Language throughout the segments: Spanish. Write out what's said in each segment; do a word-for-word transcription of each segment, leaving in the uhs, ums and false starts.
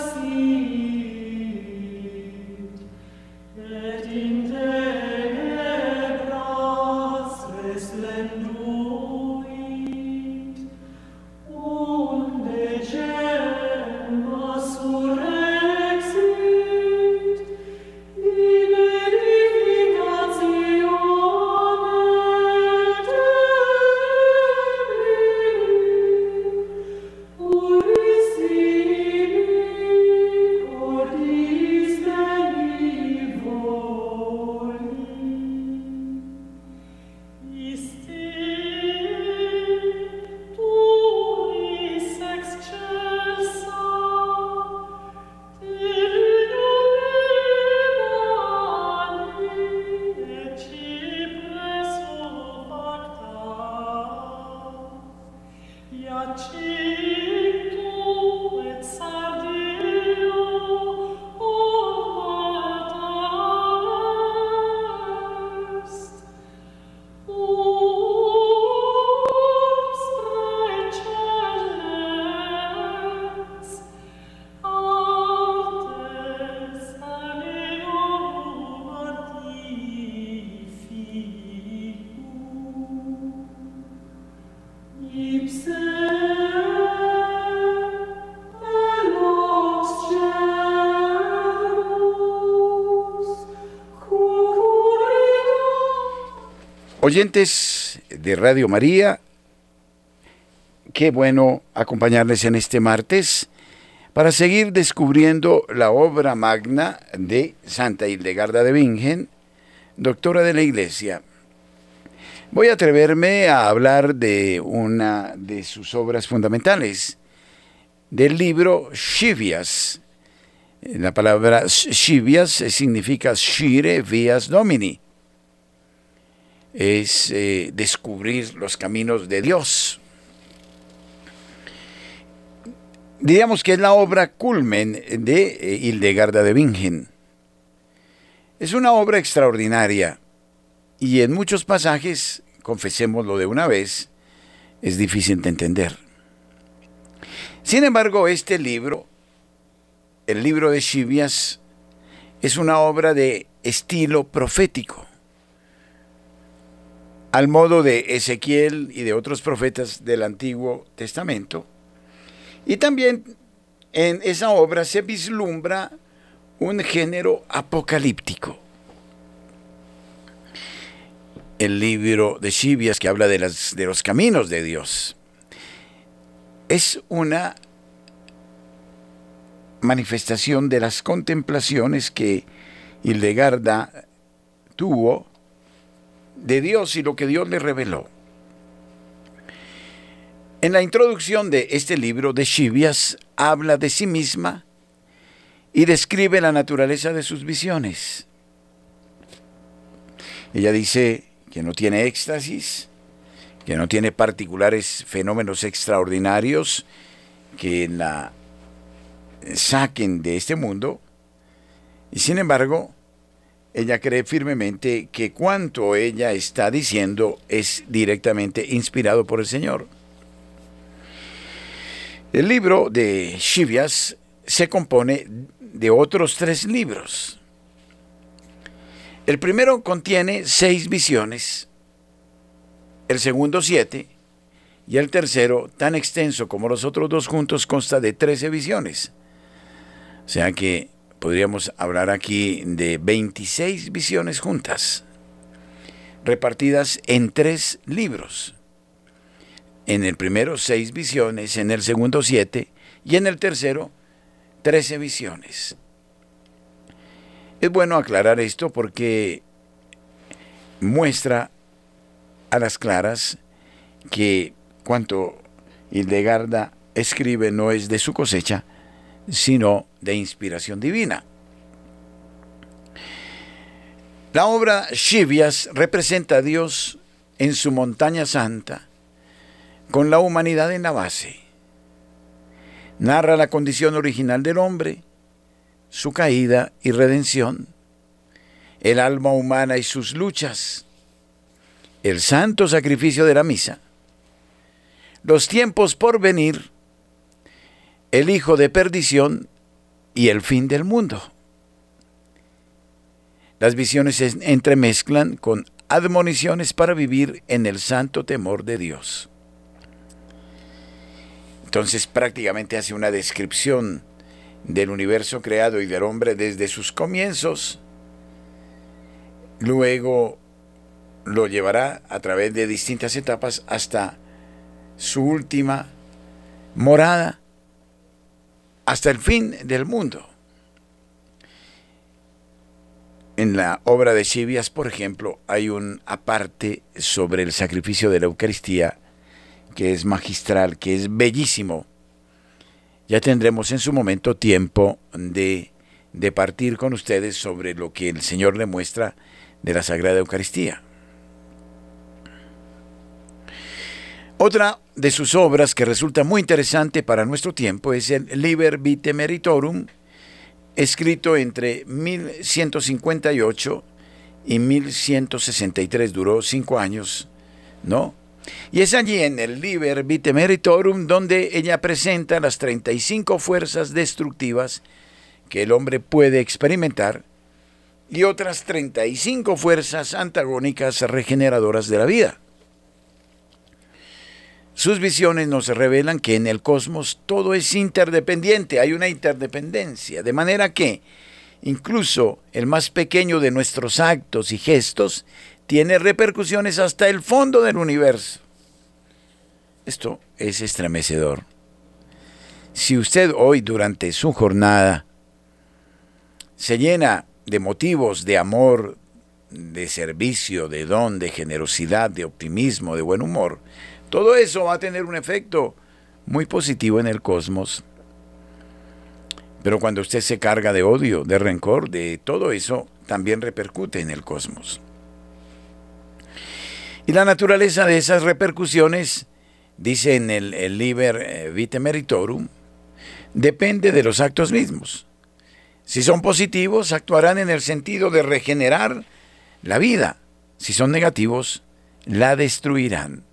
Oyentes de Radio María, qué bueno acompañarles en este martes para seguir descubriendo la obra magna de Santa Hildegarda de Bingen, doctora de la Iglesia. Voy a atreverme a hablar de una de sus obras fundamentales, del libro Scivias. La palabra Scivias significa Scire Vias Domini. Es eh, descubrir los caminos de Dios. Diríamos que es la obra culmen de eh, Hildegarda de Bingen. Es una obra extraordinaria y en muchos pasajes, confesémoslo de una vez, es difícil de entender. Sin embargo, este libro, el libro de Scivias, es una obra de estilo profético, al modo de Ezequiel y de otros profetas del Antiguo Testamento. Y también en esa obra se vislumbra un género apocalíptico. El libro de Scivias, que habla de, las, de los caminos de Dios, es una manifestación de las contemplaciones que Hildegarda tuvo de Dios y lo que Dios le reveló. En la introducción de este libro de Scivias habla de sí misma y describe la naturaleza de sus visiones. Ella dice que no tiene éxtasis, que no tiene particulares fenómenos extraordinarios que la saquen de este mundo, y sin embargo, ella cree firmemente que cuanto ella está diciendo es directamente inspirado por el Señor. El libro de Scivias se compone de otros tres libros. El primero contiene seis visiones, el segundo siete, y el tercero, tan extenso como los otros dos juntos, consta de trece visiones. O sea que podríamos hablar aquí de veintiséis visiones juntas, repartidas en tres libros. En el primero, seis visiones, en el segundo, siete, y en el tercero, trece visiones. Es bueno aclarar esto porque muestra a las claras que cuanto Hildegarda escribe no es de su cosecha, sino de inspiración divina. La obra Scivias representa a Dios en su montaña santa, con la humanidad en la base. Narra la condición original del hombre, su caída y redención, el alma humana y sus luchas, el santo sacrificio de la misa, los tiempos por venir, el hijo de perdición y el fin del mundo. Las visiones se entremezclan con admoniciones para vivir en el santo temor de Dios. Entonces prácticamente hace una descripción del universo creado y del hombre desde sus comienzos. Luego lo llevará a través de distintas etapas hasta su última morada, hasta el fin del mundo. En la obra de Chivias, por ejemplo, hay un aparte sobre el sacrificio de la Eucaristía que es magistral, que es bellísimo. Ya tendremos en su momento tiempo de, de partir con ustedes sobre lo que el Señor le muestra de la Sagrada Eucaristía. Otra de sus obras que resulta muy interesante para nuestro tiempo es el Liber Vitae Meritorum, escrito entre mil ciento cincuenta y ocho y mil ciento sesenta y tres, duró cinco años, ¿no? Y es allí en el Liber Vitae Meritorum donde ella presenta las treinta y cinco fuerzas destructivas que el hombre puede experimentar y otras treinta y cinco fuerzas antagónicas regeneradoras de la vida. Sus visiones nos revelan que en el cosmos todo es interdependiente, hay una interdependencia, de manera que incluso el más pequeño de nuestros actos y gestos tiene repercusiones hasta el fondo del universo. Esto es estremecedor. Si usted hoy durante su jornada se llena de motivos de amor, de servicio, de don, de generosidad, de optimismo, de buen humor, todo eso va a tener un efecto muy positivo en el cosmos. Pero cuando usted se carga de odio, de rencor, de todo eso, también repercute en el cosmos. Y la naturaleza de esas repercusiones, dice en el, el Liber Vitae Meritorum, depende de los actos mismos. Si son positivos, actuarán en el sentido de regenerar la vida. Si son negativos, la destruirán.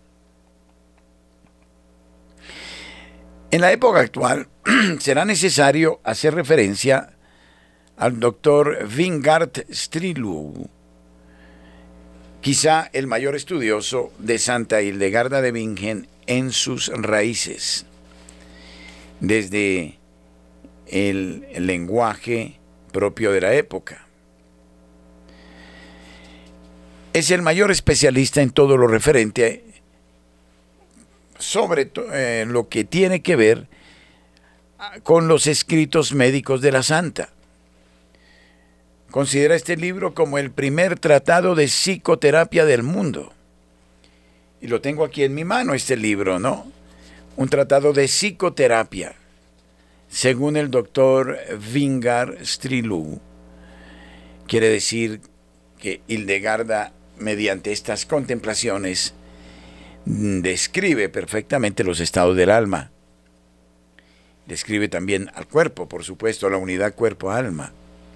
En la época actual será necesario hacer referencia al doctor Wingard Strilou, quizá el mayor estudioso de Santa Hildegarda de Bingen en sus raíces, desde el, el lenguaje propio de la época. Es el mayor especialista en todo lo referente sobre eh, lo que tiene que ver con los escritos médicos de la Santa. Considera este libro como el primer tratado de psicoterapia del mundo. Y lo tengo aquí en mi mano, este libro, ¿no? Un tratado de psicoterapia, según el doctor Wingard Strilou. Quiere decir que Hildegarda, mediante estas contemplaciones, describe perfectamente los estados del alma. Describe también al cuerpo, por supuesto, la unidad cuerpo-alma.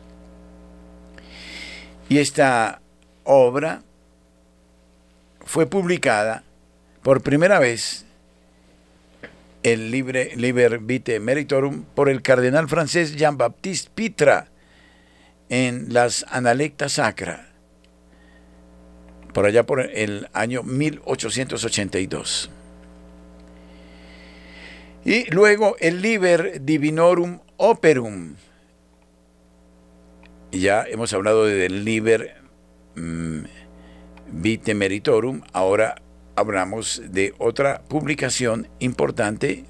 Y esta obra fue publicada por primera vez, el Libre, Liber Vitae Meritorum, por el cardenal francés Jean-Baptiste Pitre en las Analecta Sacra, por allá por el año mil ochocientos ochenta y dos. Y luego el Liber Divinorum Operum. Ya hemos hablado del Liber mm, Vitae Meritorum, ahora hablamos de otra publicación importante,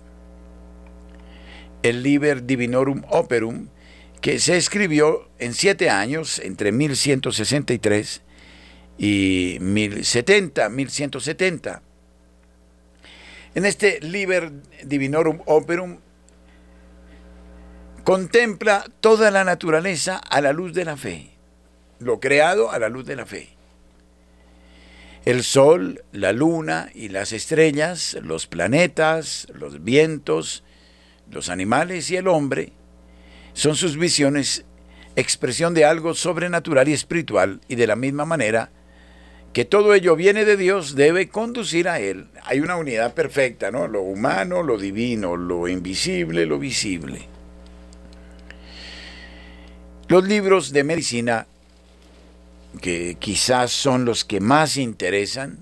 el Liber Divinorum Operum, que se escribió en siete años, entre mil ciento sesenta y tres y mil setenta, mil ciento setenta. En este Liber Divinorum Operum contempla toda la naturaleza a la luz de la fe, lo creado a la luz de la fe. El sol, la luna y las estrellas, los planetas, los vientos, los animales y el hombre, son sus visiones expresión de algo sobrenatural y espiritual, y de la misma manera que todo ello viene de Dios, debe conducir a Él. Hay una unidad perfecta, ¿no? Lo humano, lo divino, lo invisible, lo visible. Los libros de medicina, que quizás son los que más interesan,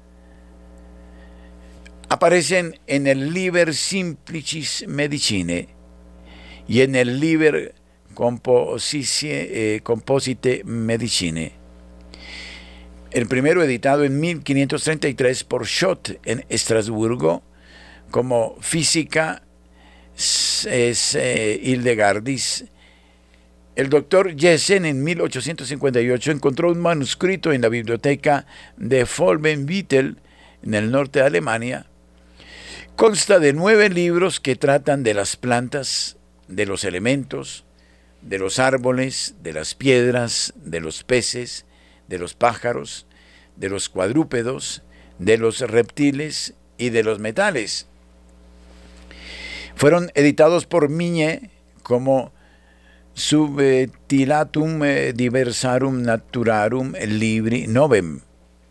aparecen en el Liber Simplicis Medicinae y en el Liber Composite, eh, Composite Medicinae. El primero editado en mil quinientos treinta y tres por Schott en Estrasburgo como Física es, eh, Hildegardis. El doctor Jessen en mil ochocientos cincuenta y ocho encontró un manuscrito en la biblioteca de Folbenbüttel en el norte de Alemania. Consta de nueve libros que tratan de las plantas, de los elementos, de los árboles, de las piedras, de los peces, de los pájaros, de los cuadrúpedos, de los reptiles y de los metales. Fueron editados por Migne como Subtilatum Diversarum Naturarum Libri Novem.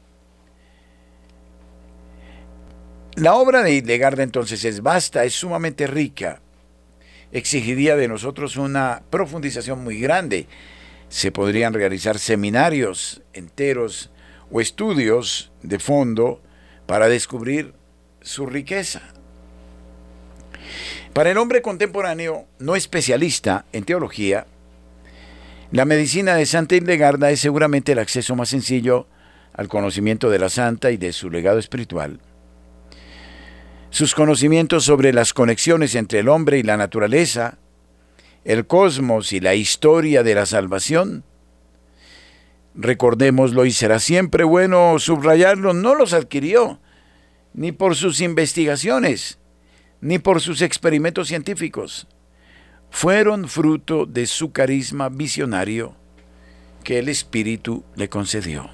La obra de Hildegarda entonces es vasta, es sumamente rica. Exigiría de nosotros una profundización muy grande. Se podrían realizar seminarios enteros o estudios de fondo para descubrir su riqueza. Para el hombre contemporáneo no especialista en teología, la medicina de Santa Hildegarda es seguramente el acceso más sencillo al conocimiento de la santa y de su legado espiritual. Sus conocimientos sobre las conexiones entre el hombre y la naturaleza, el cosmos y la historia de la salvación, recordémoslo y será siempre bueno subrayarlo, no los adquirió ni por sus investigaciones, ni por sus experimentos científicos. Fueron fruto de su carisma visionario que el Espíritu le concedió.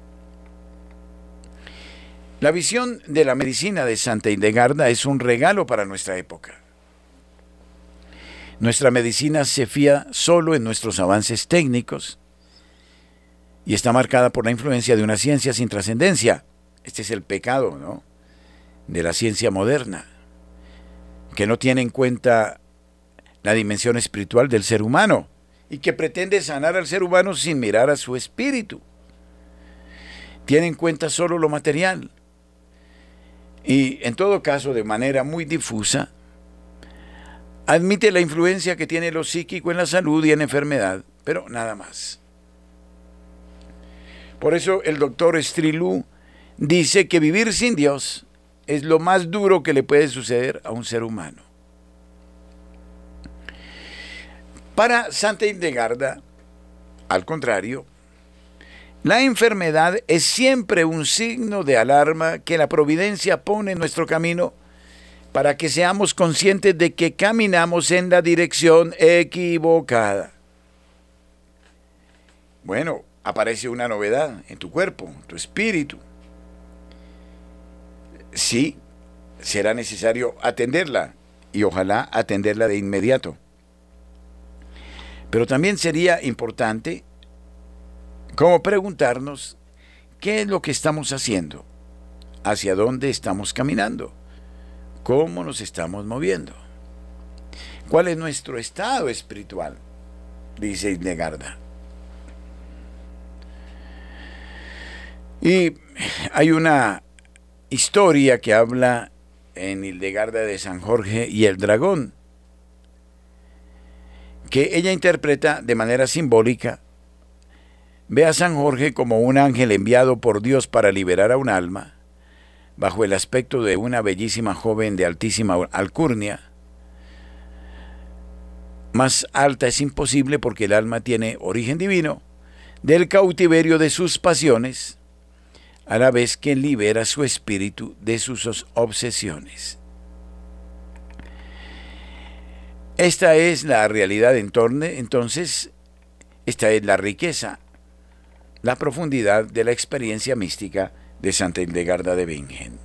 La visión de la medicina de Santa Hildegarda es un regalo para nuestra época. Nuestra medicina se fía solo en nuestros avances técnicos y está marcada por la influencia de una ciencia sin trascendencia. Este es el pecado, ¿no?, de la ciencia moderna, que no tiene en cuenta la dimensión espiritual del ser humano y que pretende sanar al ser humano sin mirar a su espíritu. Tiene en cuenta solo lo material y, en todo caso, de manera muy difusa, admite la influencia que tiene lo psíquico en la salud y en la enfermedad, pero nada más. Por eso el doctor Strilou dice que vivir sin Dios es lo más duro que le puede suceder a un ser humano. Para Santa Hildegarda, al contrario, la enfermedad es siempre un signo de alarma que la providencia pone en nuestro camino para que seamos conscientes de que caminamos en la dirección equivocada. Bueno, aparece una novedad en tu cuerpo, en tu espíritu. Sí, será necesario atenderla y ojalá atenderla de inmediato. Pero también sería importante como preguntarnos qué es lo que estamos haciendo, hacia dónde estamos caminando, cómo nos estamos moviendo, cuál es nuestro estado espiritual, dice Hildegarda. Y hay una historia que habla en Hildegarda de San Jorge y el dragón, que ella interpreta de manera simbólica. Ve a San Jorge como un ángel enviado por Dios para liberar a un alma, bajo el aspecto de una bellísima joven de altísima alcurnia. Más alta es imposible porque el alma tiene origen divino, del cautiverio de sus pasiones, a la vez que libera su espíritu de sus obsesiones. Esta es la realidad entonces, esta es la riqueza, la profundidad de la experiencia mística de Santa Hildegarda de Bingen.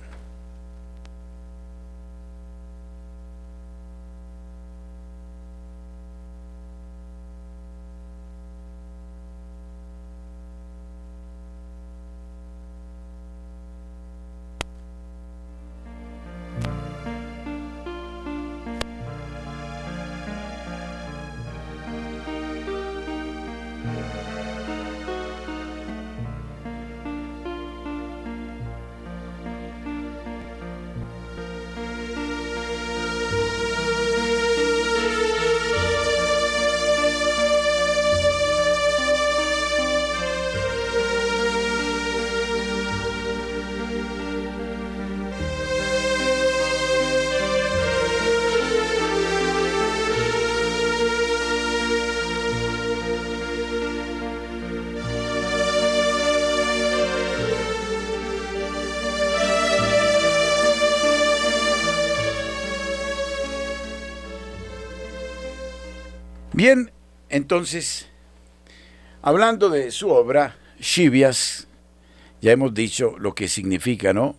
Bien, entonces, hablando de su obra, Shivias, ya hemos dicho lo que significa, ¿no?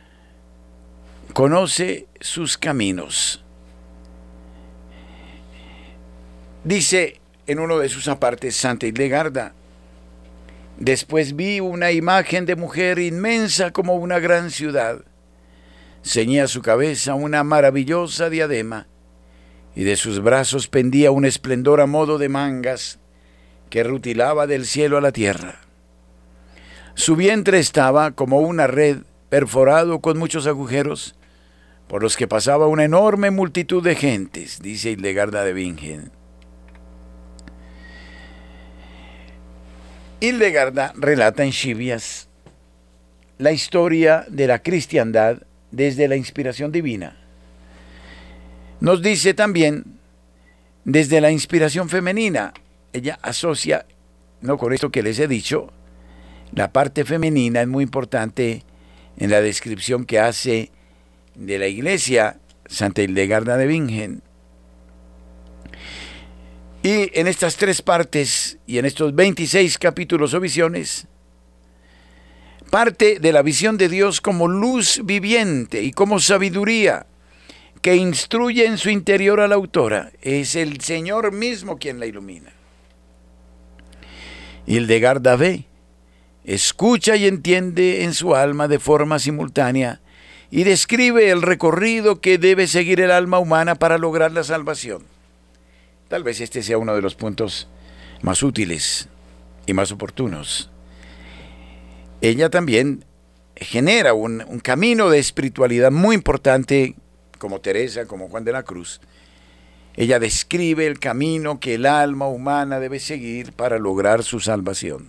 Conoce sus caminos. Dice en uno de sus apartes Santa Hildegarda: después vi una imagen de mujer inmensa como una gran ciudad. Ceñía su cabeza una maravillosa diadema, y de sus brazos pendía un esplendor a modo de mangas que rutilaba del cielo a la tierra. Su vientre estaba como una red perforado con muchos agujeros, por los que pasaba una enorme multitud de gentes, dice Hildegarda de Bingen. Hildegarda relata en Shivias la historia de la cristiandad desde la inspiración divina. Nos dice también desde la inspiración femenina. Ella asocia, no con esto que les he dicho, la parte femenina es muy importante en la descripción que hace de la iglesia Santa Hildegarda de Bingen. Y en estas tres partes y en estos veintiséis capítulos o visiones, parte de la visión de Dios como luz viviente y como sabiduría que instruye en su interior a la autora. Es el Señor mismo quien la ilumina. Hildegarda ve, escucha y entiende en su alma de forma simultánea y describe el recorrido que debe seguir el alma humana para lograr la salvación. Tal vez este sea uno de los puntos más útiles y más oportunos. Ella también genera un, un camino de espiritualidad muy importante, como Teresa, como Juan de la Cruz. Ella describe el camino que el alma humana debe seguir para lograr su salvación.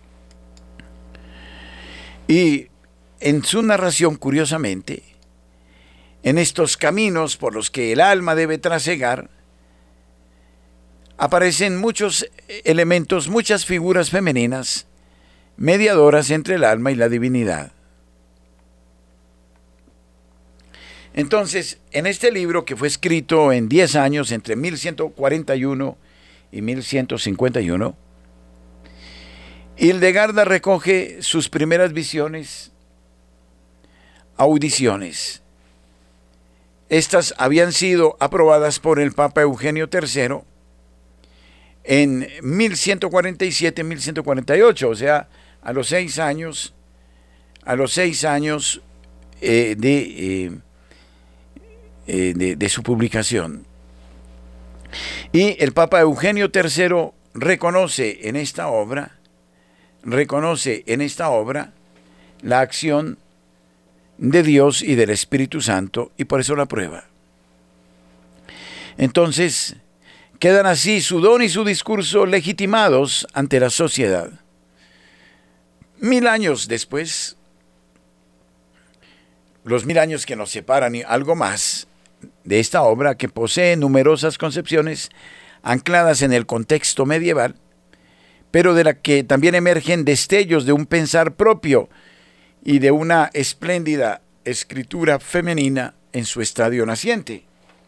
Y en su narración, curiosamente, en estos caminos por los que el alma debe trasegar, aparecen muchos elementos, muchas figuras femeninas, mediadoras entre el alma y la divinidad. Entonces, en este libro, que fue escrito en diez años, entre mil ciento cuarenta y uno y mil ciento cincuenta y uno, Hildegarda recoge sus primeras visiones, audiciones. Estas habían sido aprobadas por el Papa Eugenio tercero en mil ciento cuarenta y siete, mil ciento cuarenta y ocho, o sea, a los seis años, a los seis años eh, de... Eh, De, de su publicación. Y el Papa Eugenio tercero reconoce en esta obra, reconoce en esta obra la acción de Dios y del Espíritu Santo, y por eso la aprueba. Entonces, quedan así su don y su discurso legitimados ante la sociedad. Mil años después, los mil años que nos separan y algo más de esta obra, que posee numerosas concepciones ancladas en el contexto medieval, pero de la que también emergen destellos de un pensar propio y de una espléndida escritura femenina en su estadio naciente.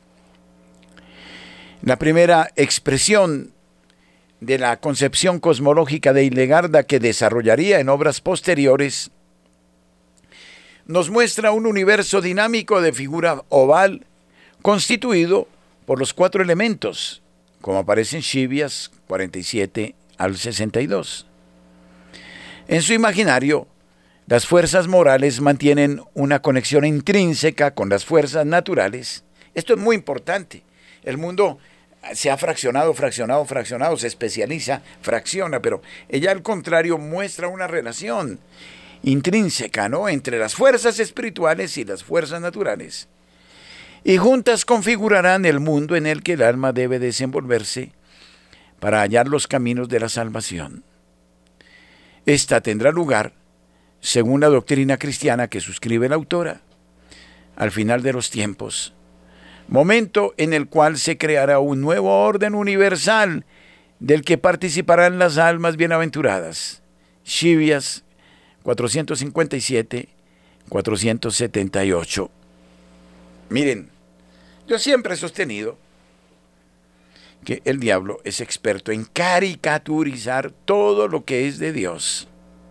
La primera expresión de la concepción cosmológica de Hildegarda, que desarrollaría en obras posteriores, nos muestra un universo dinámico de figura oval constituido por los cuatro elementos, como aparece en Shivias cuarenta y siete al sesenta y dos. En su imaginario, las fuerzas morales mantienen una conexión intrínseca con las fuerzas naturales. Esto es muy importante. El mundo se ha fraccionado, fraccionado, fraccionado, se especializa, fracciona, pero ella al contrario muestra una relación intrínseca, ¿no?, entre las fuerzas espirituales y las fuerzas naturales. Y juntas configurarán el mundo en el que el alma debe desenvolverse para hallar los caminos de la salvación. Esta tendrá lugar, según la doctrina cristiana que suscribe la autora, al final de los tiempos, momento en el cual se creará un nuevo orden universal del que participarán las almas bienaventuradas. Shivias cuatrocientos cincuenta y siete, cuatrocientos setenta y ocho. Miren, yo siempre he sostenido que el diablo es experto en caricaturizar todo lo que es de Dios.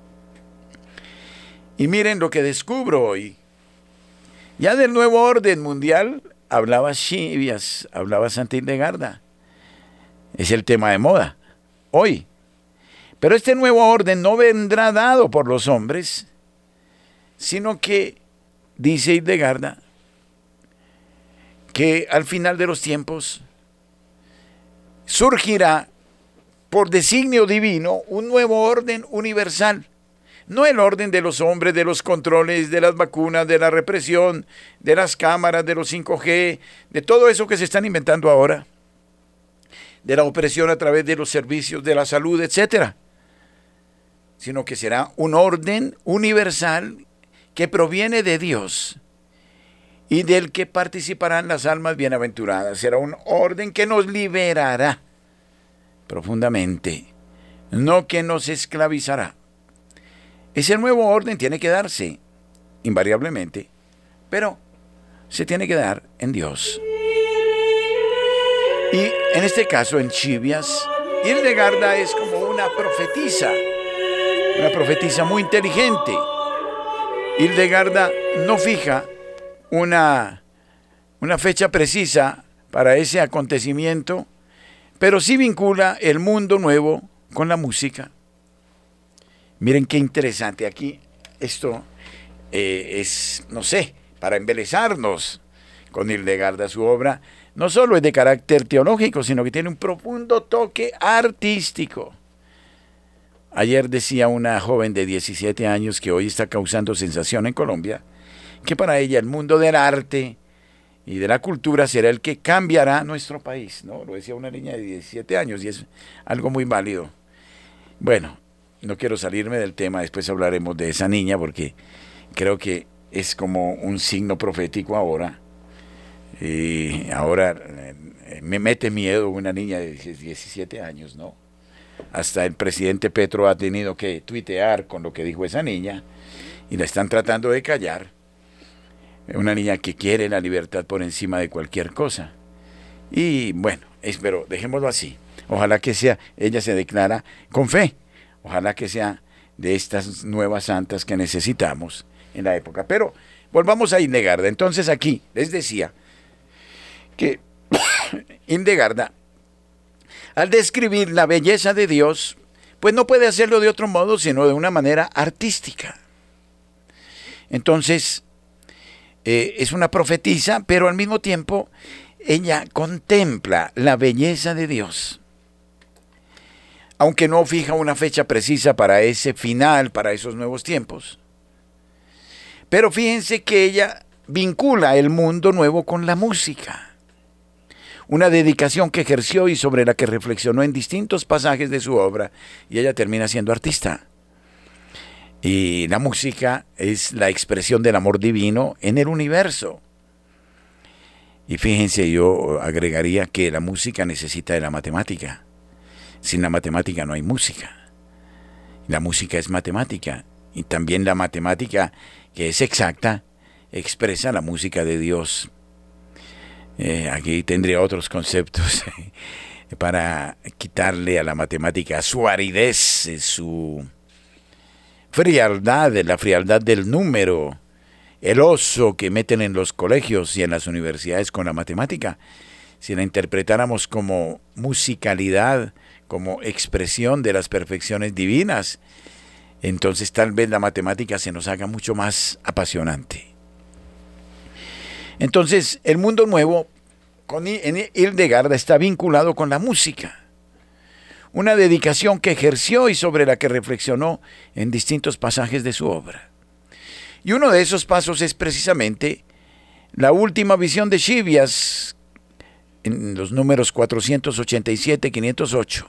Y miren lo que descubro hoy. Ya del nuevo orden mundial hablaba Chivias, hablaba Santa Hildegarda. Es el tema de moda hoy. Pero este nuevo orden no vendrá dado por los hombres, sino que, dice Hildegarda, que al final de los tiempos surgirá por designio divino un nuevo orden universal. No el orden de los hombres, de los controles, de las vacunas, de la represión, de las cámaras, de los cinco G, de todo eso que se están inventando ahora, de la opresión a través de los servicios de la salud, etcétera, sino que será un orden universal que proviene de Dios y del que participarán las almas bienaventuradas. Será un orden que nos liberará profundamente, no que nos esclavizará. Ese nuevo orden tiene que darse, invariablemente, pero se tiene que dar en Dios. Y en este caso, en Chivias, Hildegarda es como una profetisa, una profetisa muy inteligente. Hildegarda no fija una, una fecha precisa para ese acontecimiento, pero sí vincula el mundo nuevo con la música. Miren qué interesante. Aquí esto eh, es, no sé, para embelezarnos con Hildegarda. Su obra no solo es de carácter teológico, sino que tiene un profundo toque artístico. Ayer decía una joven de diecisiete años que hoy está causando sensación en Colombia, que para ella el mundo del arte y de la cultura será el que cambiará nuestro país, ¿no? Lo decía una niña de diecisiete años y es algo muy válido. Bueno, no quiero salirme del tema, después hablaremos de esa niña porque creo que es como un signo profético ahora. Y ahora eh, me mete miedo una niña de diecisiete años, ¿no? Hasta el presidente Petro ha tenido que tuitear con lo que dijo esa niña y la están tratando de callar. Una niña que quiere la libertad por encima de cualquier cosa. Y bueno, espero, dejémoslo así. Ojalá que sea, ella se declara con fe. Ojalá que sea de estas nuevas santas que necesitamos en la época. Pero volvamos a Hildegarda. Entonces aquí les decía que Hildegarda, al describir la belleza de Dios, pues no puede hacerlo de otro modo, sino de una manera artística. Entonces, eh, es una profetisa, pero al mismo tiempo ella contempla la belleza de Dios. Aunque no fija una fecha precisa para ese final, para esos nuevos tiempos. Pero fíjense que ella vincula el mundo nuevo con la música. Una dedicación que ejerció y sobre la que reflexionó en distintos pasajes de su obra, y ella termina siendo artista. Y la música es la expresión del amor divino en el universo. Y fíjense, yo agregaría que la música necesita de la matemática. Sin la matemática no hay música. La música es matemática. Y también la matemática, que es exacta, expresa la música de Dios. Eh, aquí tendría otros conceptos para quitarle a la matemática su aridez, su frialdad, la frialdad del número, el oso que meten en los colegios y en las universidades con la matemática. Si la interpretáramos como musicalidad, como expresión de las perfecciones divinas, entonces tal vez la matemática se nos haga mucho más apasionante. Entonces, el mundo nuevo con Hildegarda está vinculado con la música. Una dedicación que ejerció y sobre la que reflexionó en distintos pasajes de su obra. Y uno de esos pasos es precisamente la última visión de Chivias, en los números cuatrocientos ochenta y siete a quinientos ocho.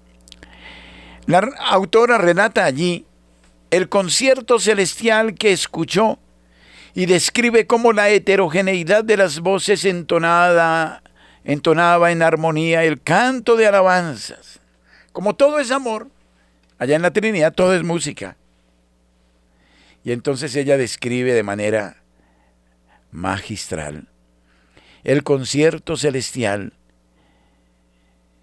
La autora relata allí el concierto celestial que escuchó y describe cómo la heterogeneidad de las voces entonada, entonaba en armonía el canto de alabanzas. Como todo es amor, allá en la Trinidad todo es música. Y entonces ella describe de manera magistral el concierto celestial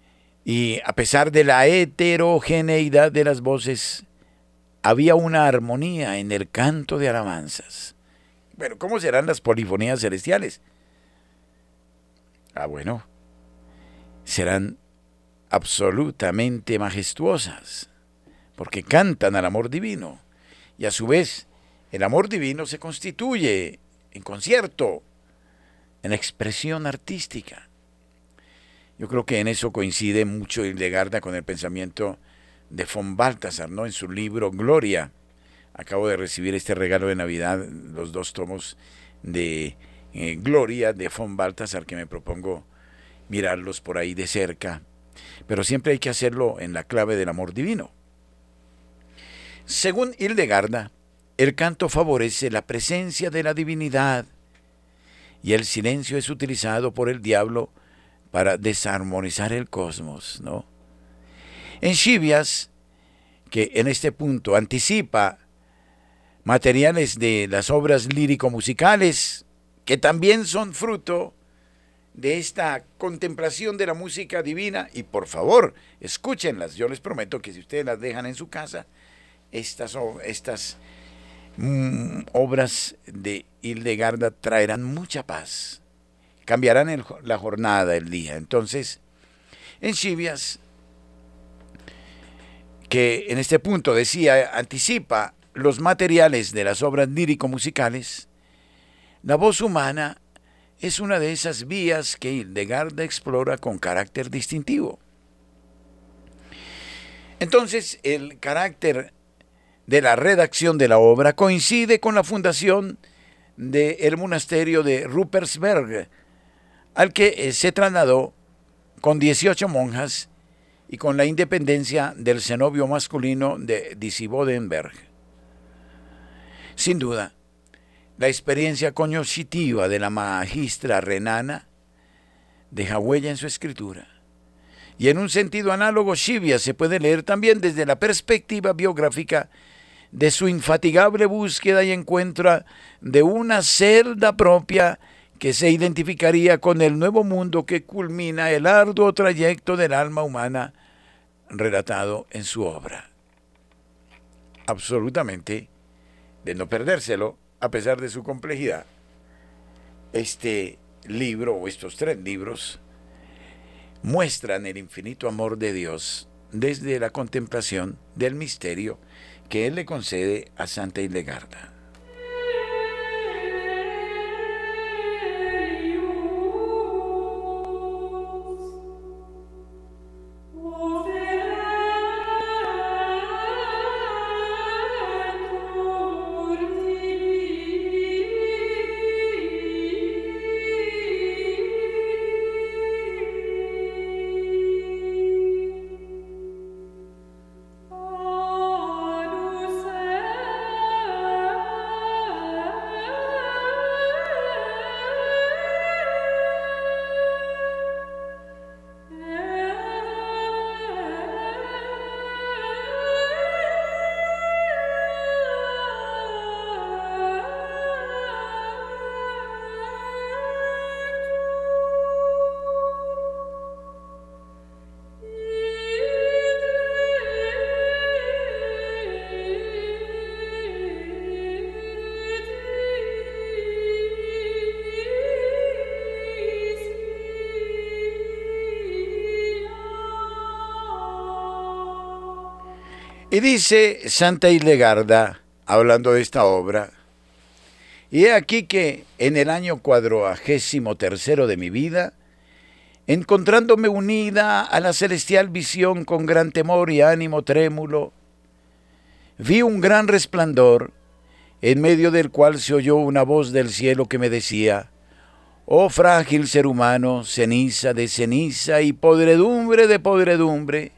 Y a pesar de la heterogeneidad de las voces, había una armonía en el canto de alabanzas. Bueno, ¿cómo serán las polifonías celestiales? Ah, bueno, serán absolutamente majestuosas, porque cantan al amor divino. Y a su vez, el amor divino se constituye en concierto, en expresión artística. Yo creo que en eso coincide mucho Hildegarda con el pensamiento de von Balthasar, ¿no? En su libro Gloria. Acabo de recibir este regalo de Navidad, los dos tomos de eh, Gloria de von Balthasar, que me propongo mirarlos por ahí de cerca. Pero siempre hay que hacerlo en la clave del amor divino. Según Hildegarda, el canto favorece la presencia de la divinidad y el silencio es utilizado por el diablo para desarmonizar el cosmos, ¿no? En Scivias, que en este punto anticipa materiales de las obras lírico-musicales, que también son fruto de esta contemplación de la música divina, y por favor, escúchenlas. Yo les prometo que si ustedes las dejan en su casa, estas, estas mm, obras de Hildegarda traerán mucha paz, cambiarán el, la jornada, el día. Entonces, en Scivias, que en este punto decía, anticipa los materiales de las obras lírico-musicales, la voz humana es una de esas vías que Hildegarda explora con carácter distintivo. Entonces, el carácter de la redacción de la obra coincide con la fundación del monasterio de Ruppersberg, al que se trasladó con dieciocho monjas y con la independencia del cenobio masculino de Disibodenberg. Sin duda, la experiencia cognoscitiva de la magistra renana deja huella en su escritura. Y en un sentido análogo, Scivias se puede leer también desde la perspectiva biográfica de su infatigable búsqueda y encuentro de una celda propia que se identificaría con el nuevo mundo que culmina el arduo trayecto del alma humana relatado en su obra. Absolutamente de no perdérselo, a pesar de su complejidad. Este libro, o estos tres libros, muestran el infinito amor de Dios desde la contemplación del misterio que Él le concede a Santa Hildegarda. Y dice Santa Hildegarda, hablando de esta obra, y he aquí que en el año cuadragésimo tercero de mi vida, encontrándome unida a la celestial visión con gran temor y ánimo trémulo, vi un gran resplandor, en medio del cual se oyó una voz del cielo que me decía: oh frágil ser humano, ceniza de ceniza y podredumbre de podredumbre,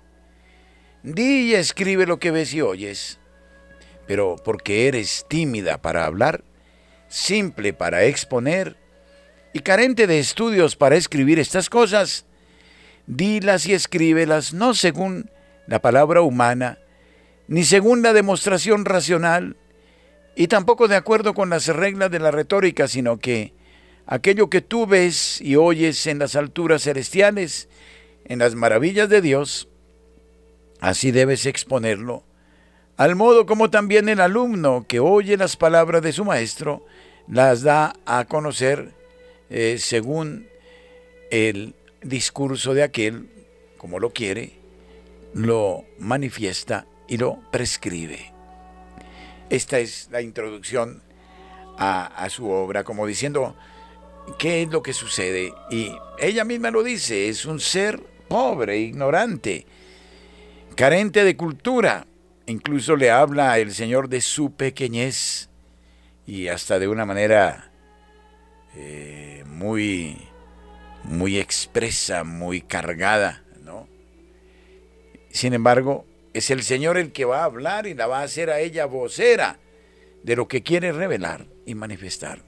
di y escribe lo que ves y oyes, pero porque eres tímida para hablar, simple para exponer y carente de estudios para escribir estas cosas, dilas y escríbelas no según la palabra humana, ni según la demostración racional, y tampoco de acuerdo con las reglas de la retórica, sino que aquello que tú ves y oyes en las alturas celestiales, en las maravillas de Dios, así debes exponerlo, al modo como también el alumno que oye las palabras de su maestro las da a conocer eh, según el discurso de aquel, como lo quiere, lo manifiesta y lo prescribe. Esta es la introducción a, a su obra, como diciendo qué es lo que sucede. Y ella misma lo dice, es un ser pobre, ignorante, carente de cultura. Incluso le habla el Señor de su pequeñez y hasta de una manera eh, muy, muy expresa, muy cargada, ¿no? Sin embargo, es el Señor el que va a hablar y la va a hacer a ella vocera de lo que quiere revelar y manifestar.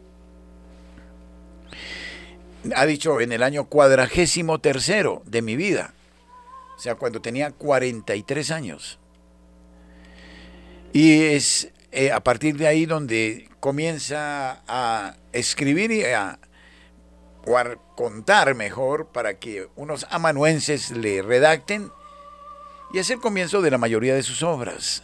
Ha dicho en el año cuadragésimo tercero de mi vida, o sea, cuando tenía cuarenta y tres años. Y es eh, a partir de ahí donde comienza a escribir y a, o a contar mejor para que unos amanuenses le redacten, y es el comienzo de la mayoría de sus obras.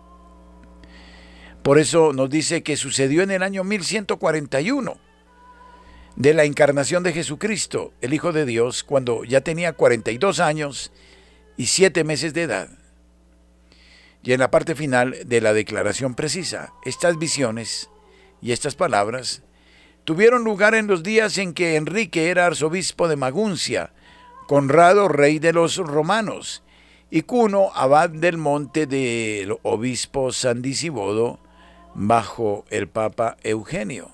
Por eso nos dice que sucedió en el año mil ciento cuarenta y uno de la encarnación de Jesucristo, el Hijo de Dios, cuando ya tenía cuarenta y dos años y siete meses de edad. Y en la parte final de la declaración precisa, estas visiones y estas palabras tuvieron lugar en los días en que Enrique era arzobispo de Maguncia, Conrado rey de los romanos, y Cuno abad del monte del obispo San Disibodo bajo el Papa Eugenio.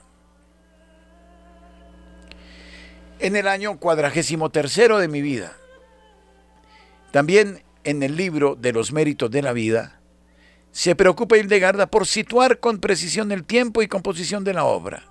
En el año cuadragésimo tercero de mi vida, también en el libro de los méritos de la vida, se preocupa Hildegarda por situar con precisión el tiempo y composición de la obra.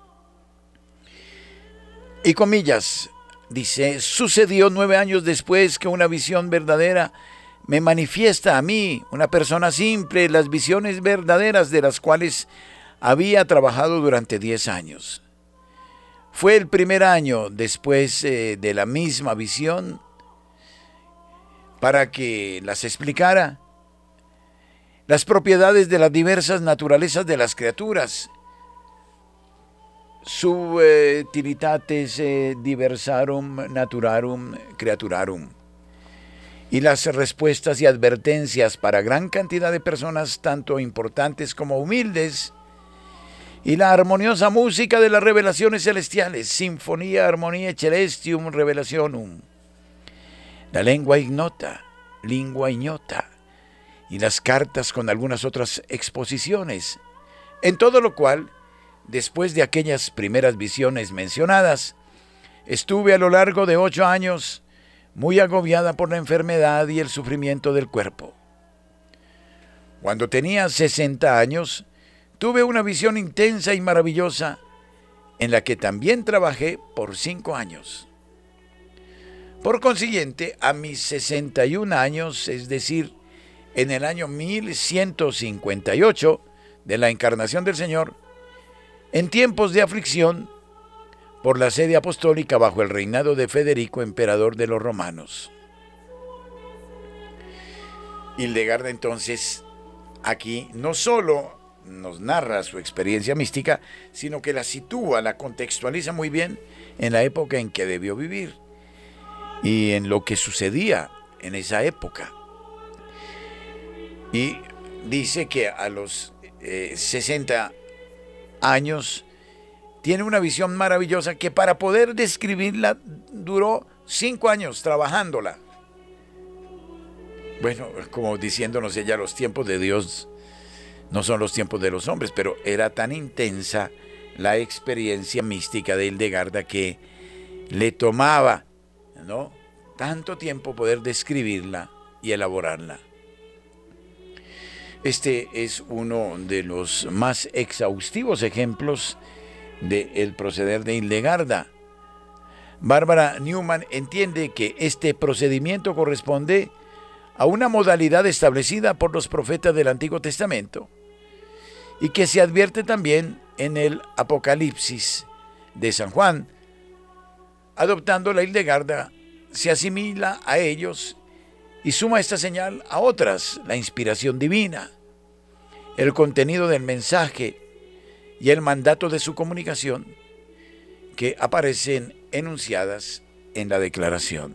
Y comillas, dice, sucedió nueve años después que una visión verdadera me manifiesta a mí, una persona simple, las visiones verdaderas de las cuales había trabajado durante diez años. Fue el primer año después eh, de la misma visión para que las explicara, las propiedades de las diversas naturalezas de las criaturas, subtilitates eh, diversarum naturarum creaturarum, y las respuestas y advertencias para gran cantidad de personas, tanto importantes como humildes, y la armoniosa música de las revelaciones celestiales, Sinfonía Harmonia Celestium Revelationum, la lengua ignota, lingua ignota, y las cartas con algunas otras exposiciones, en todo lo cual, después de aquellas primeras visiones mencionadas, estuve a lo largo de ocho años muy agobiada por la enfermedad y el sufrimiento del cuerpo. Cuando tenía sesenta años, tuve una visión intensa y maravillosa, en la que también trabajé por cinco años. Por consiguiente, a mis sesenta y un años, es decir, en el año mil ciento cincuenta y ocho de la encarnación del Señor, en tiempos de aflicción por la sede apostólica bajo el reinado de Federico, emperador de los romanos. Hildegarda entonces aquí no solo nos narra su experiencia mística, sino que la sitúa, la contextualiza muy bien en la época en que debió vivir y en lo que sucedía en esa época. Y dice que a los eh, sesenta años tiene una visión maravillosa que para poder describirla duró cinco años trabajándola. Bueno, como diciéndonos ella, los tiempos de Dios no son los tiempos de los hombres, pero era tan intensa la experiencia mística de Hildegarda que le tomaba, ¿no?, tanto tiempo poder describirla y elaborarla. Este es uno de los más exhaustivos ejemplos del proceder de Hildegarda. Bárbara Newman entiende que este procedimiento corresponde a una modalidad establecida por los profetas del Antiguo Testamento y que se advierte también en el Apocalipsis de San Juan, adoptando la Hildegarda se asimila a ellos y suma esta señal a otras, la inspiración divina, el contenido del mensaje y el mandato de su comunicación que aparecen enunciadas en la declaración.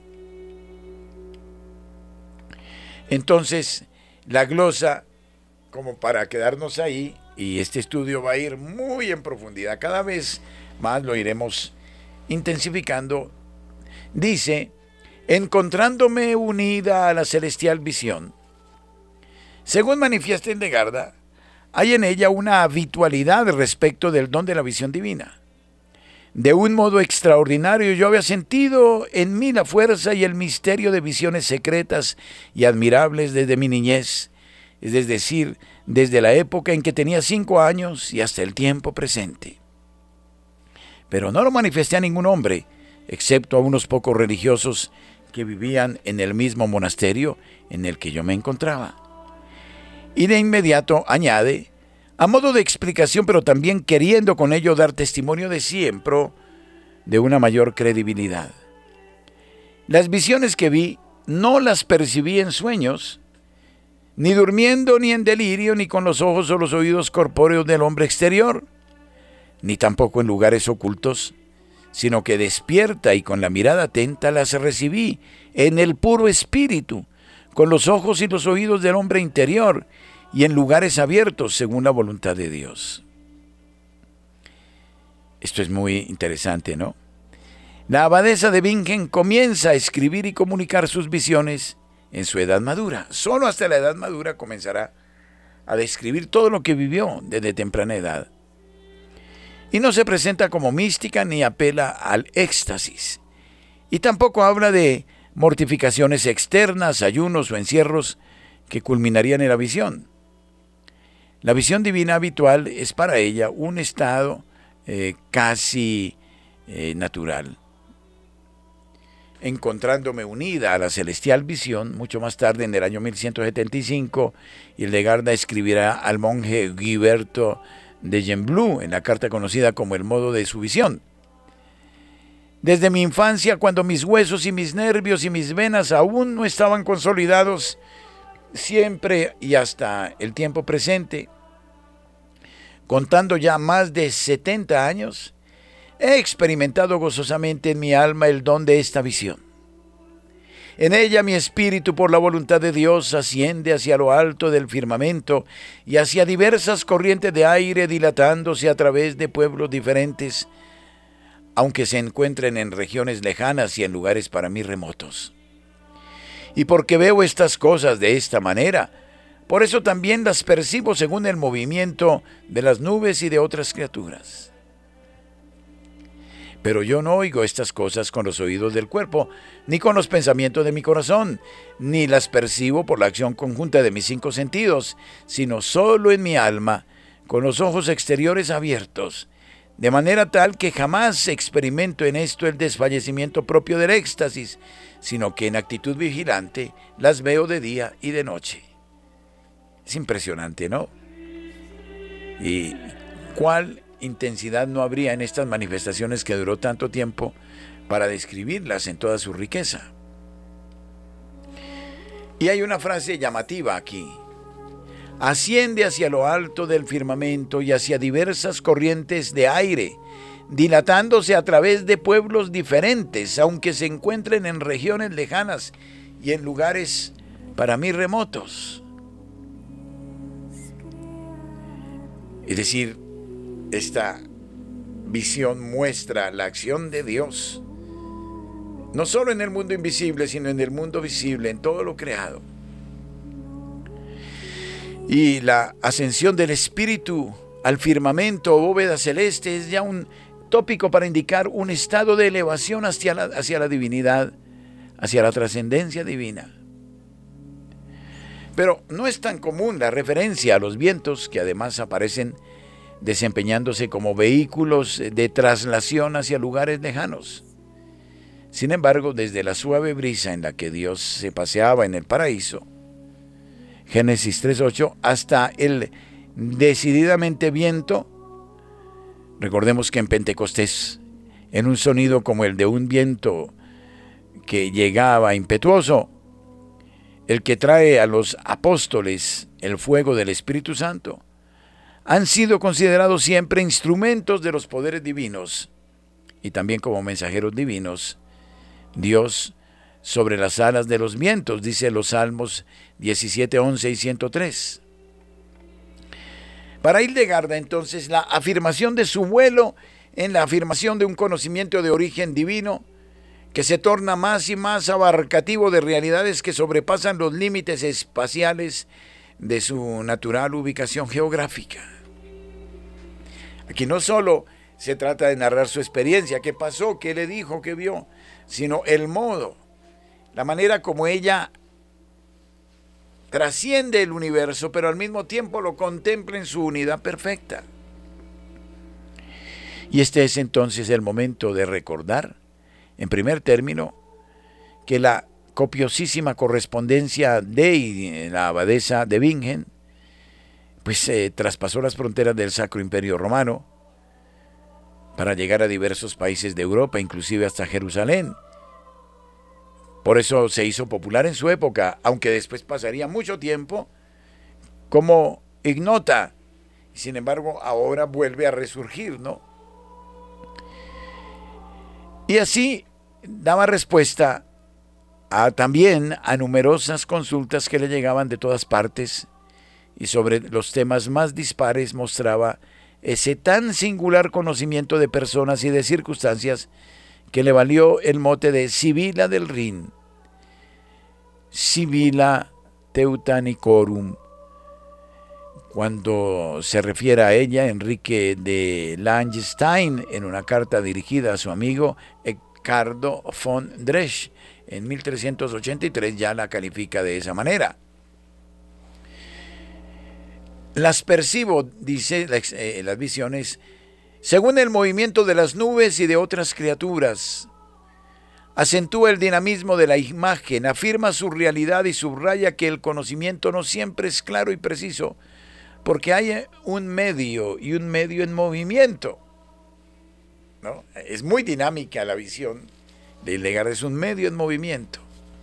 Entonces, la glosa, como para quedarnos ahí, y este estudio va a ir muy en profundidad, cada vez más lo iremos intensificando, dice: encontrándome unida a la celestial visión. Según manifiesta Hildegarda, hay en ella una habitualidad respecto del don de la visión divina. De un modo extraordinario yo había sentido en mí la fuerza y el misterio de visiones secretas y admirables desde mi niñez, es decir, desde la época en que tenía cinco años y hasta el tiempo presente. Pero no lo manifesté a ningún hombre, excepto a unos pocos religiosos que vivían en el mismo monasterio en el que yo me encontraba. Y de inmediato añade, a modo de explicación, pero también queriendo con ello dar testimonio de siempre de una mayor credibilidad. Las visiones que vi no las percibí en sueños, ni durmiendo, ni en delirio, ni con los ojos o los oídos corpóreos del hombre exterior, ni tampoco en lugares ocultos, sino que despierta y con la mirada atenta las recibí en el puro espíritu, con los ojos y los oídos del hombre interior, y en lugares abiertos según la voluntad de Dios. Esto es muy interesante, ¿no? La abadesa de Bingen comienza a escribir y comunicar sus visiones en su edad madura. Solo hasta la edad madura comenzará a describir todo lo que vivió desde temprana edad. Y no se presenta como mística ni apela al éxtasis. Y tampoco habla de mortificaciones externas, ayunos o encierros que culminarían en la visión. La visión divina habitual es para ella un estado eh, casi eh, natural. Encontrándome unida a la celestial visión, mucho más tarde, en el año mil ciento setenta y cinco, Hildegarda escribirá al monje Guiberto de Gembloux en la carta conocida como El modo de su visión. Desde mi infancia, cuando mis huesos y mis nervios y mis venas aún no estaban consolidados, siempre y hasta el tiempo presente, contando ya más de setenta años, he experimentado gozosamente en mi alma el don de esta visión. En ella mi espíritu, por la voluntad de Dios, asciende hacia lo alto del firmamento y hacia diversas corrientes de aire, dilatándose a través de pueblos diferentes, aunque se encuentren en regiones lejanas y en lugares para mí remotos. Y porque veo estas cosas de esta manera, por eso también las percibo según el movimiento de las nubes y de otras criaturas. Pero yo no oigo estas cosas con los oídos del cuerpo, ni con los pensamientos de mi corazón, ni las percibo por la acción conjunta de mis cinco sentidos, sino solo en mi alma, con los ojos exteriores abiertos, de manera tal que jamás experimento en esto el desfallecimiento propio del éxtasis, sino que en actitud vigilante las veo de día y de noche. Es impresionante, ¿no? ¿Y cuál intensidad no habría en estas manifestaciones que duró tanto tiempo para describirlas en toda su riqueza? Y hay una frase llamativa aquí. Asciende hacia lo alto del firmamento y hacia diversas corrientes de aire, dilatándose a través de pueblos diferentes, aunque se encuentren en regiones lejanas y en lugares para mí remotos. Es decir, esta visión muestra la acción de Dios, no solo en el mundo invisible, sino en el mundo visible, en todo lo creado. Y la ascensión del Espíritu al firmamento o bóveda celeste es ya un tópico para indicar un estado de elevación hacia la, hacia la divinidad, hacia la trascendencia divina. Pero no es tan común la referencia a los vientos, que además aparecen desempeñándose como vehículos de traslación hacia lugares lejanos. Sin embargo, desde la suave brisa en la que Dios se paseaba en el paraíso, Génesis tres ocho, hasta el decididamente viento, recordemos que en Pentecostés, en un sonido como el de un viento que llegaba impetuoso, el que trae a los apóstoles el fuego del Espíritu Santo, han sido considerados siempre instrumentos de los poderes divinos y también como mensajeros divinos. Dios sobre las alas de los vientos, dice los Salmos diecisiete, once y ciento tres. Para Hildegarda, entonces, la afirmación de su vuelo en la afirmación de un conocimiento de origen divino que se torna más y más abarcativo de realidades que sobrepasan los límites espaciales de su natural ubicación geográfica. Aquí no solo se trata de narrar su experiencia, qué pasó, qué le dijo, qué vio, sino el modo, la manera como ella trasciende el universo, pero al mismo tiempo lo contempla en su unidad perfecta. Y este es entonces el momento de recordar, en primer término, que la copiosísima correspondencia de la abadesa de Bingen, pues eh, traspasó las fronteras del Sacro Imperio Romano para llegar a diversos países de Europa, inclusive hasta Jerusalén. Por eso se hizo popular en su época, aunque después pasaría mucho tiempo como ignota. Sin embargo, ahora vuelve a resurgir, ¿no? Y así daba respuesta a, también a numerosas consultas que le llegaban de todas partes, y sobre los temas más dispares mostraba ese tan singular conocimiento de personas y de circunstancias que le valió el mote de Sibila del Rin, Sibila Teutanicorum. Cuando se refiere a ella, Enrique de Langenstein, en una carta dirigida a su amigo Edgardo von Dresch, en mil trescientos ochenta y tres, ya la califica de esa manera. Las percibo, dice, eh, las visiones, según el movimiento de las nubes y de otras criaturas. Acentúa el dinamismo de la imagen, afirma su realidad y subraya que el conocimiento no siempre es claro y preciso, porque hay un medio y un medio en movimiento, ¿no? Es muy dinámica la visión de Hildegarda, es un medio en movimiento.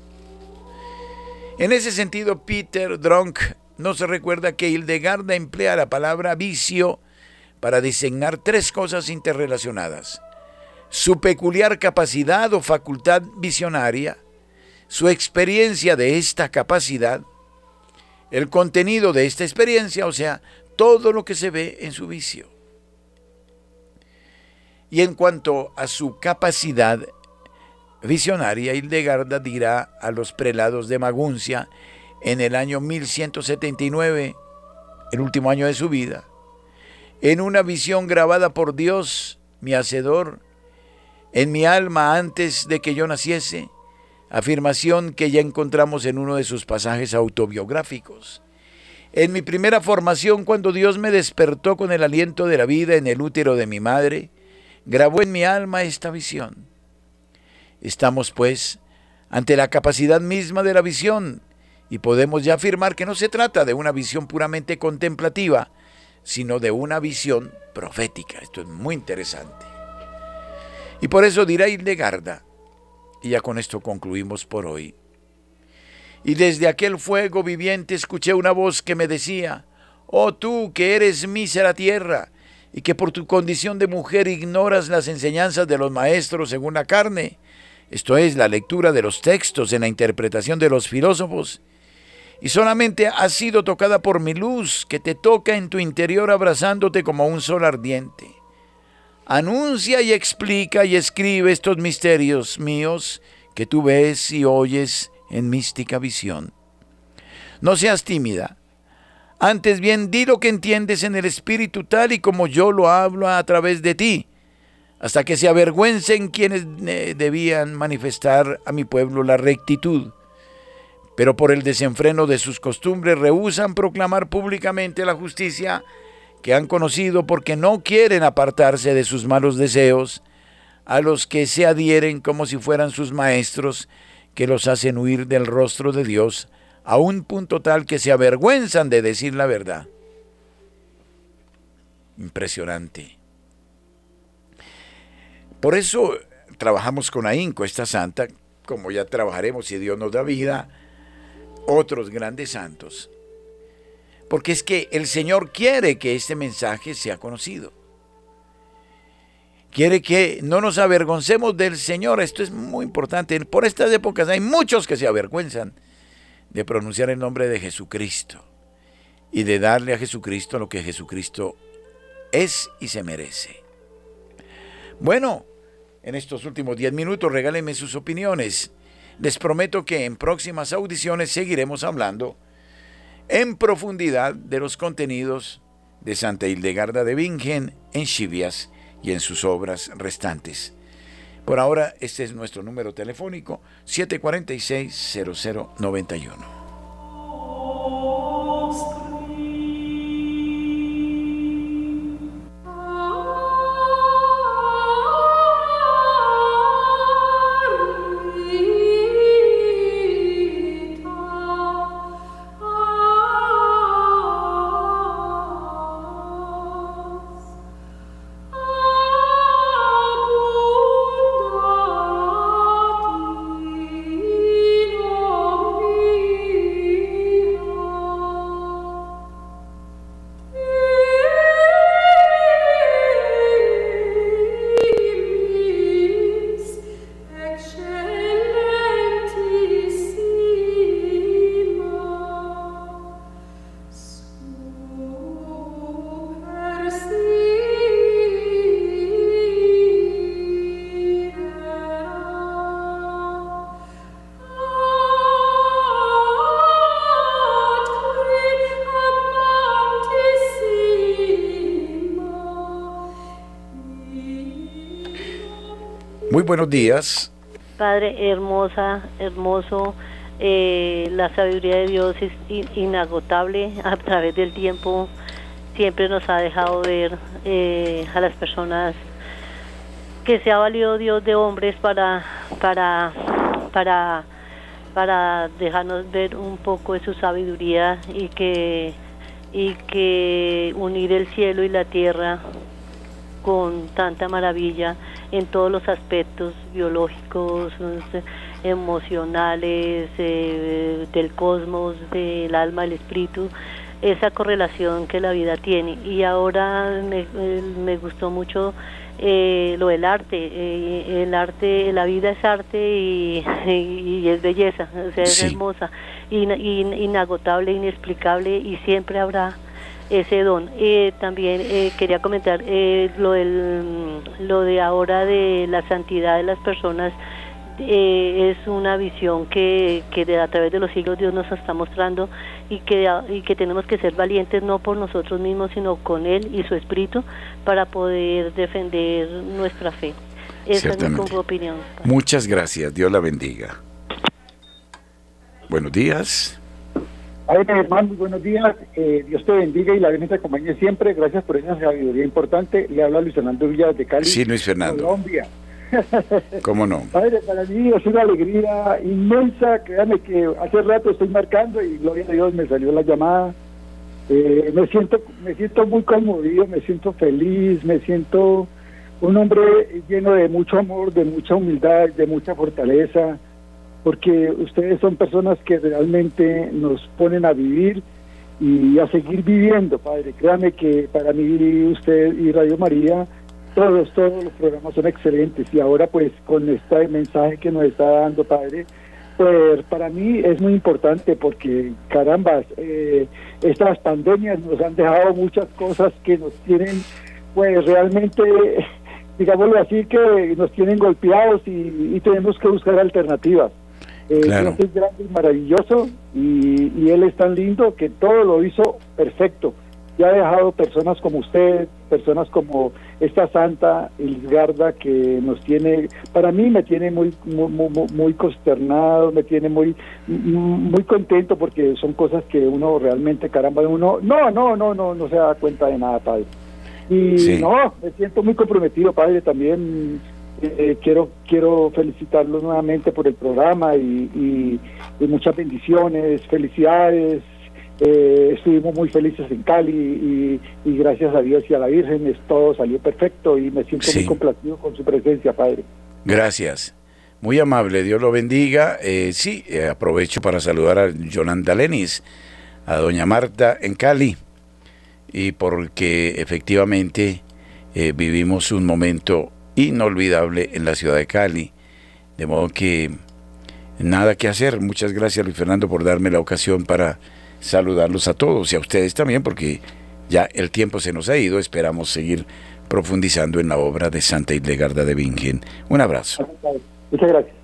En ese sentido, Peter Dronk nos recuerda que Hildegarda emplea la palabra vicio para designar tres cosas interrelacionadas: su peculiar capacidad o facultad visionaria, su experiencia de esta capacidad, el contenido de esta experiencia, o sea, todo lo que se ve en su vicio. Y en cuanto a su capacidad visionaria, Hildegarda dirá a los prelados de Maguncia en el año mil ciento setenta y nueve, el último año de su vida: en una visión grabada por Dios, mi Hacedor, en mi alma antes de que yo naciese, afirmación que ya encontramos en uno de sus pasajes autobiográficos. En mi primera formación, cuando Dios me despertó con el aliento de la vida en el útero de mi madre, grabó en mi alma esta visión. Estamos, pues, ante la capacidad misma de la visión, y podemos ya afirmar que no se trata de una visión puramente contemplativa, sino de una visión profética. Esto es muy interesante. Y por eso dirá Hildegarda, y ya con esto concluimos por hoy: y desde aquel fuego viviente escuché una voz que me decía: oh tú que eres mísera tierra, y que por tu condición de mujer ignoras las enseñanzas de los maestros según la carne, esto es, la lectura de los textos en la interpretación de los filósofos, y solamente has sido tocada por mi luz, que te toca en tu interior abrazándote como un sol ardiente. Anuncia y explica y escribe estos misterios míos que tú ves y oyes en mística visión. No seas tímida, antes bien di lo que entiendes en el Espíritu tal y como yo lo hablo a través de ti, hasta que se avergüencen quienes debían manifestar a mi pueblo la rectitud, pero por el desenfreno de sus costumbres rehúsan proclamar públicamente la justicia que han conocido, porque no quieren apartarse de sus malos deseos, a los que se adhieren como si fueran sus maestros, que los hacen huir del rostro de Dios, a un punto tal que se avergüenzan de decir la verdad. Impresionante. Por eso trabajamos con ahínco esta santa, como ya trabajaremos si Dios nos da vida, otros grandes santos. Porque es que el Señor quiere que este mensaje sea conocido. Quiere que no nos avergoncemos del Señor. Esto es muy importante. Por estas épocas hay muchos que se avergüenzan de pronunciar el nombre de Jesucristo y de darle a Jesucristo lo que Jesucristo es y se merece. Bueno, en estos últimos diez minutos regálenme sus opiniones. Les prometo que en próximas audiciones seguiremos hablando en profundidad de los contenidos de Santa Hildegarda de Bingen en Chivias y en sus obras restantes. Por ahora, este es nuestro número telefónico, siete cuatro seis, cero cero nueve uno. Muy buenos días. Padre, hermosa, hermoso, eh, la sabiduría de Dios es in, inagotable a través del tiempo. Siempre nos ha dejado ver eh, a las personas que se ha valido Dios de hombres para, para, para, para dejarnos ver un poco de su sabiduría y que, y que unir el cielo y la tierra con tanta maravilla en todos los aspectos biológicos, emocionales, eh, del cosmos, del alma, del espíritu, esa correlación que la vida tiene. Y ahora me, me gustó mucho eh, lo del arte, eh, el arte, la vida es arte y, y, y es belleza, o sea, es sí. hermosa, in, in, inagotable, inexplicable, y siempre habrá ese don. Eh, también eh, quería comentar eh, lo del lo de ahora de la santidad de las personas. Eh, es una visión que, que de, a través de los siglos Dios nos está mostrando, y que, y que tenemos que ser valientes no por nosotros mismos sino con Él y su Espíritu para poder defender nuestra fe. Esa es mi opinión. Muchas gracias, Dios la bendiga. Buenos días. Padre, hermano, muy buenos días, eh, Dios te bendiga y la Virgen te acompañe siempre. Gracias por esa sabiduría importante. Le habla Luis Fernando Villa de Cali, sí, Luis Fernando. Colombia. ¿Cómo no? Padre, para mí es una alegría inmensa. Créame que hace rato estoy marcando y gloria a Dios me salió la llamada. Eh, me siento me siento muy conmovido, me siento feliz, me siento un hombre lleno de mucho amor, de mucha humildad, de mucha fortaleza, porque ustedes son personas que realmente nos ponen a vivir y a seguir viviendo, Padre. Créame que para mí usted y Radio María, todos, todos los programas son excelentes, y ahora pues con este mensaje que nos está dando, Padre, pues para mí es muy importante, porque carambas, eh, estas pandemias nos han dejado muchas cosas que nos tienen pues realmente, digámoslo así, que nos tienen golpeados, y, y tenemos que buscar alternativas. Eh, claro. Dios es grande y maravilloso, y, y Él es tan lindo que todo lo hizo perfecto. Ya ha dejado personas como usted, personas como esta santa Hildegarda, que nos tiene, para mí me tiene muy muy, muy, muy consternado, me tiene muy muy contento, porque son cosas que uno realmente, caramba, uno no, no, no, no, no se da cuenta de nada, Padre. Y sí. no, me siento muy comprometido, Padre, también. Eh, quiero quiero felicitarlos nuevamente por el programa, y, y, y muchas bendiciones, felicidades. Eh, estuvimos muy felices en Cali, y, y gracias a Dios y a la Virgen es, todo salió perfecto, y me siento sí. muy complacido con su presencia, Padre. Gracias. Muy amable, Dios lo bendiga. Eh, sí, eh, aprovecho para saludar a Yolanda Lenis, a doña Marta en Cali, y porque efectivamente eh, vivimos un momento inolvidable en la ciudad de Cali, de modo que nada que hacer. Muchas gracias, Luis Fernando, por darme la ocasión para saludarlos a todos y a ustedes también, porque ya el tiempo se nos ha ido. Esperamos seguir profundizando en la obra de Santa Hildegarda de Bingen. Un abrazo. Muchas gracias.